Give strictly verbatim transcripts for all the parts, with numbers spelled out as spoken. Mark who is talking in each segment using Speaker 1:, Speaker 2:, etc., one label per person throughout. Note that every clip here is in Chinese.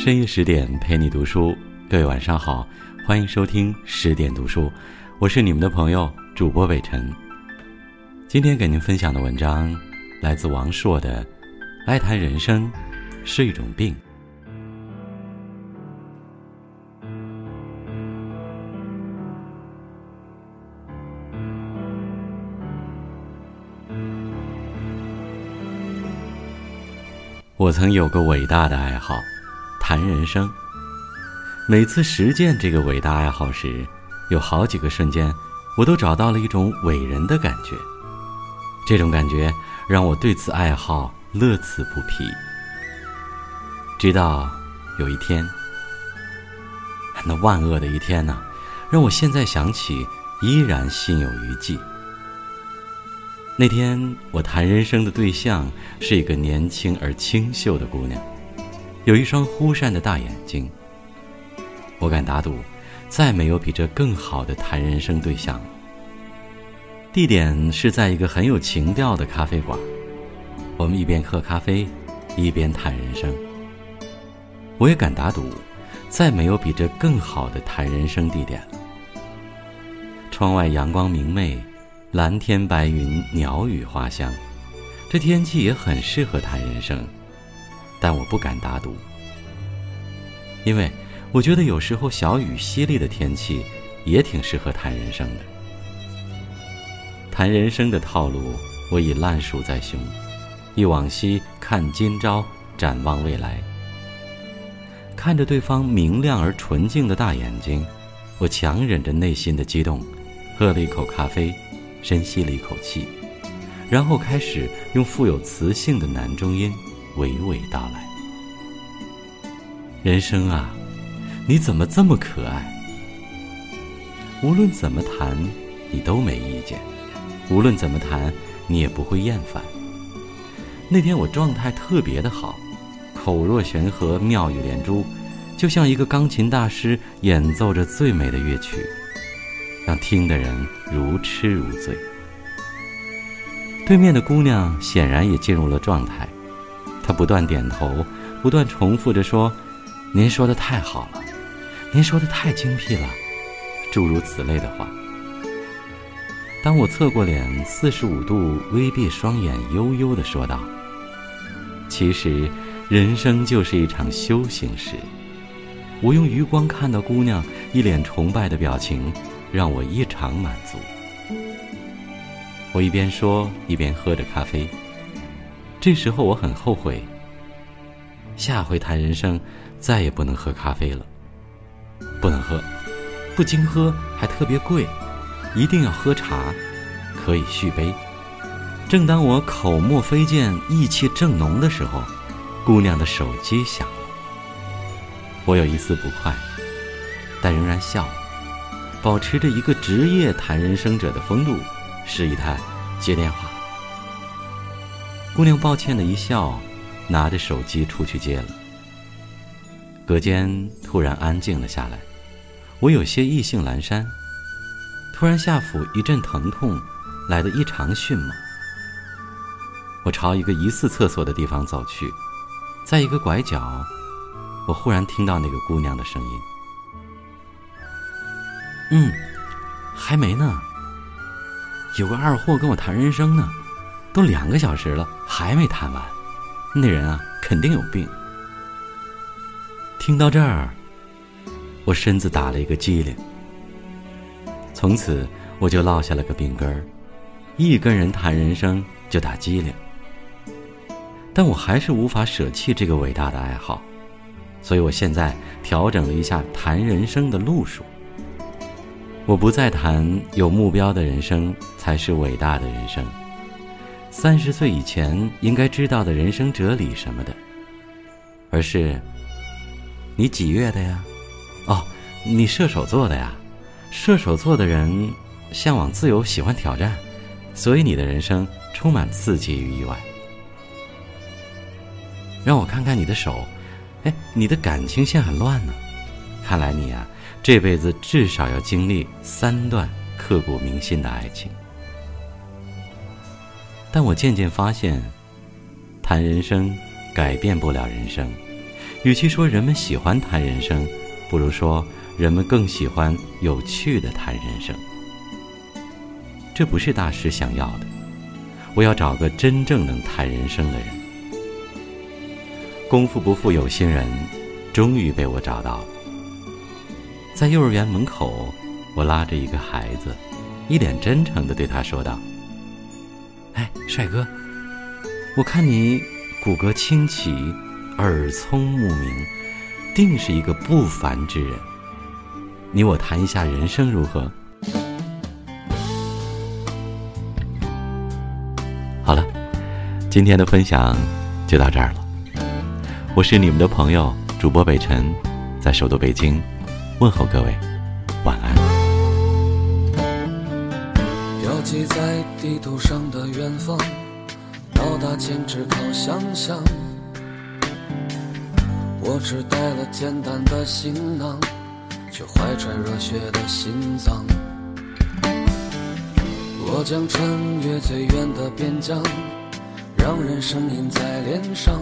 Speaker 1: 深夜十点陪你读书，各位晚上好，欢迎收听十点读书，我是你们的朋友主播北辰。今天给您分享的文章来自王朔的《爱谈人生是一种病》。我曾有个伟大的爱好，谈人生。每次实践这个伟大爱好时，有好几个瞬间，我都找到了一种伟人的感觉。这种感觉让我对此爱好乐此不疲。直到有一天，那万恶的一天呢、啊，让我现在想起依然心有余悸。那天我谈人生的对象是一个年轻而清秀的姑娘，有一双忽闪的大眼睛。我敢打赌，再没有比这更好的谈人生对象了。地点是在一个很有情调的咖啡馆，我们一边喝咖啡，一边谈人生。我也敢打赌，再没有比这更好的谈人生地点了。窗外阳光明媚，蓝天白云，鸟语花香，这天气也很适合谈人生，但我不敢打赌，因为我觉得有时候小雨淅沥的天气也挺适合谈人生的。谈人生的套路我已烂熟在胸，忆往昔，看今朝，展望未来。看着对方明亮而纯净的大眼睛，我强忍着内心的激动，喝了一口咖啡，深吸了一口气，然后开始用富有磁性的男中音娓娓道来。人生啊，你怎么这么可爱？无论怎么谈，你都没意见，无论怎么谈，你也不会厌烦。那天我状态特别的好，口若悬河，妙语连珠，就像一个钢琴大师演奏着最美的乐曲，让听的人如痴如醉。对面的姑娘显然也进入了状态，她不断点头，不断重复着说：“您说的太好了，您说的太精辟了”，诸如此类的话。当我侧过脸，四十五度微闭双眼，悠悠地说道：“其实人生就是一场修行时。”我用余光看到姑娘一脸崇拜的表情，让我异常满足。我一边说一边喝着咖啡。这时候我很后悔，下回谈人生再也不能喝咖啡了。不能喝，不经喝还特别贵，一定要喝茶，可以续杯。正当我口沫飞溅，意气正浓的时候，姑娘的手机响了。我有一丝不快，但仍然笑，保持着一个职业谈人生者的风度，示意她接电话。姑娘抱歉的一笑，拿着手机出去接了。隔间突然安静了下来，我有些意兴阑珊，突然下腹一阵疼痛，来得异常迅猛。我朝一个疑似厕所的地方走去，在一个拐角，我忽然听到那个姑娘的声音：“嗯，还没呢，有个二货跟我谈人生呢，都两个小时了，还没谈完。那人啊，肯定有病。”听到这儿，我身子打了一个激灵。从此我就落下了个病根儿，一跟人谈人生就打激灵。但我还是无法舍弃这个伟大的爱好，所以我现在调整了一下谈人生的路数。我不再谈有目标的人生才是伟大的人生，三十岁以前应该知道的人生哲理什么的，而是你几月的呀？哦，你射手座的呀。射手座的人向往自由，喜欢挑战，所以你的人生充满刺激与意外。让我看看你的手，哎，你的感情线很乱呢。看来你啊，这辈子至少要经历三段刻骨铭心的爱情。但我渐渐发现，谈人生改变不了人生， 与其说人们喜欢谈人生，不如说人们更喜欢有趣的谈人生。这不是大师想要的，我要找个真正能谈人生的人。功夫不负有心人，终于被我找到了。在幼儿园门口，我拉着一个孩子，一脸真诚地对他说道：哎，帅哥，我看你骨骼清奇，耳聪目明，定是一个不凡之人。你我谈一下人生如何？好了，今天的分享就到这儿了。我是你们的朋友主播北辰，在首都北京问候各位，晚安。
Speaker 2: 标记在地图上的远方，到达前只靠想象。我只带了简单的行囊，却怀揣热血的心脏。我将穿越最远的边疆，让人生印在脸上。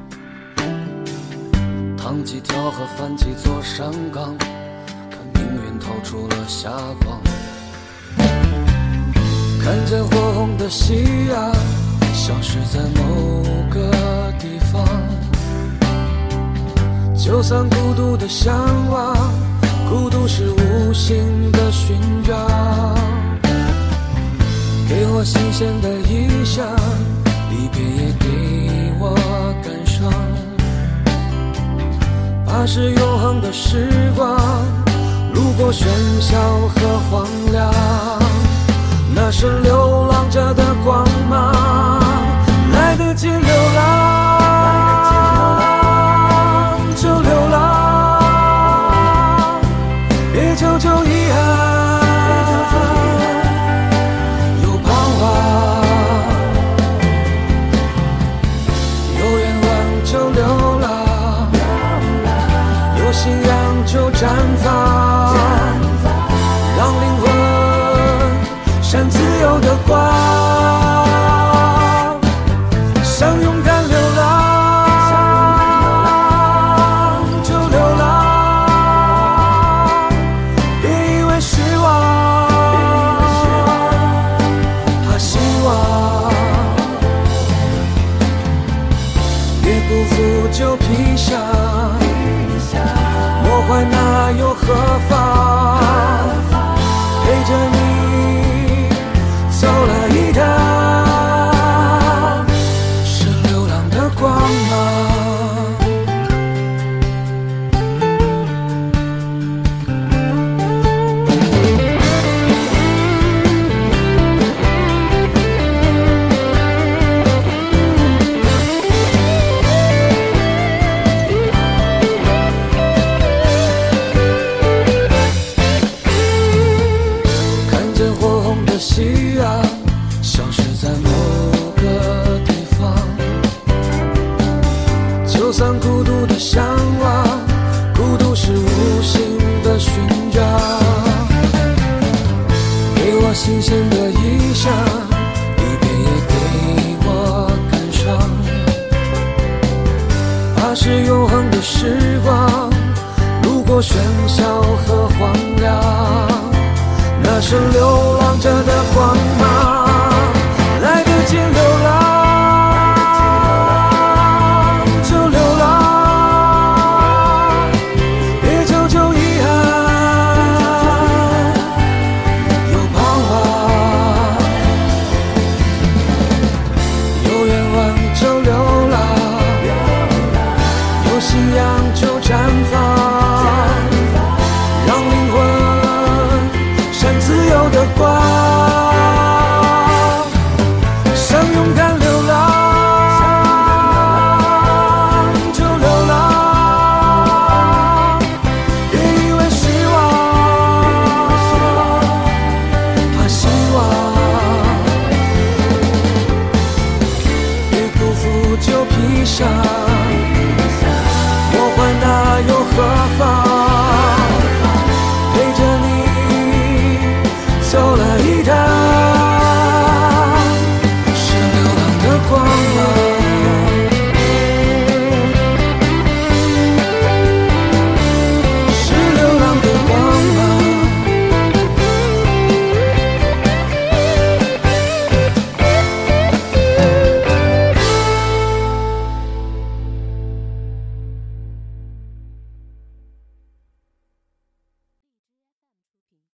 Speaker 2: 趟几条河，翻几座山岗，看命运透出了霞光。看见火红的夕阳，消失在某个地方。就算孤独的向往，孤独是无形的寻找。给我新鲜的意象，离别也给我感伤。怕是永恒的时光，路过喧嚣和荒凉，那是流浪者的光芒。来得及流浪就流浪，别久久遗憾，有盼望，有愿望就流浪，有信仰就绽放，让灵魂闪自由的光，想勇敢流浪就流浪，别以为失望，怕希望，别辜负旧皮箱，莫怀那又何妨，陪着你走了一趟，是流浪的光芒。夕阳消失在某个地方，就算孤独的向往，孤独是无形的寻找。给我新鲜的意象，离别也给我感伤。怕是永恒的时光，路过喧嚣和荒凉，那是流浪者的光芒。来得及流浪就流浪，别久久遗憾，有盼望，有愿望就流浪，有信仰就绽放，让灵魂自由的光。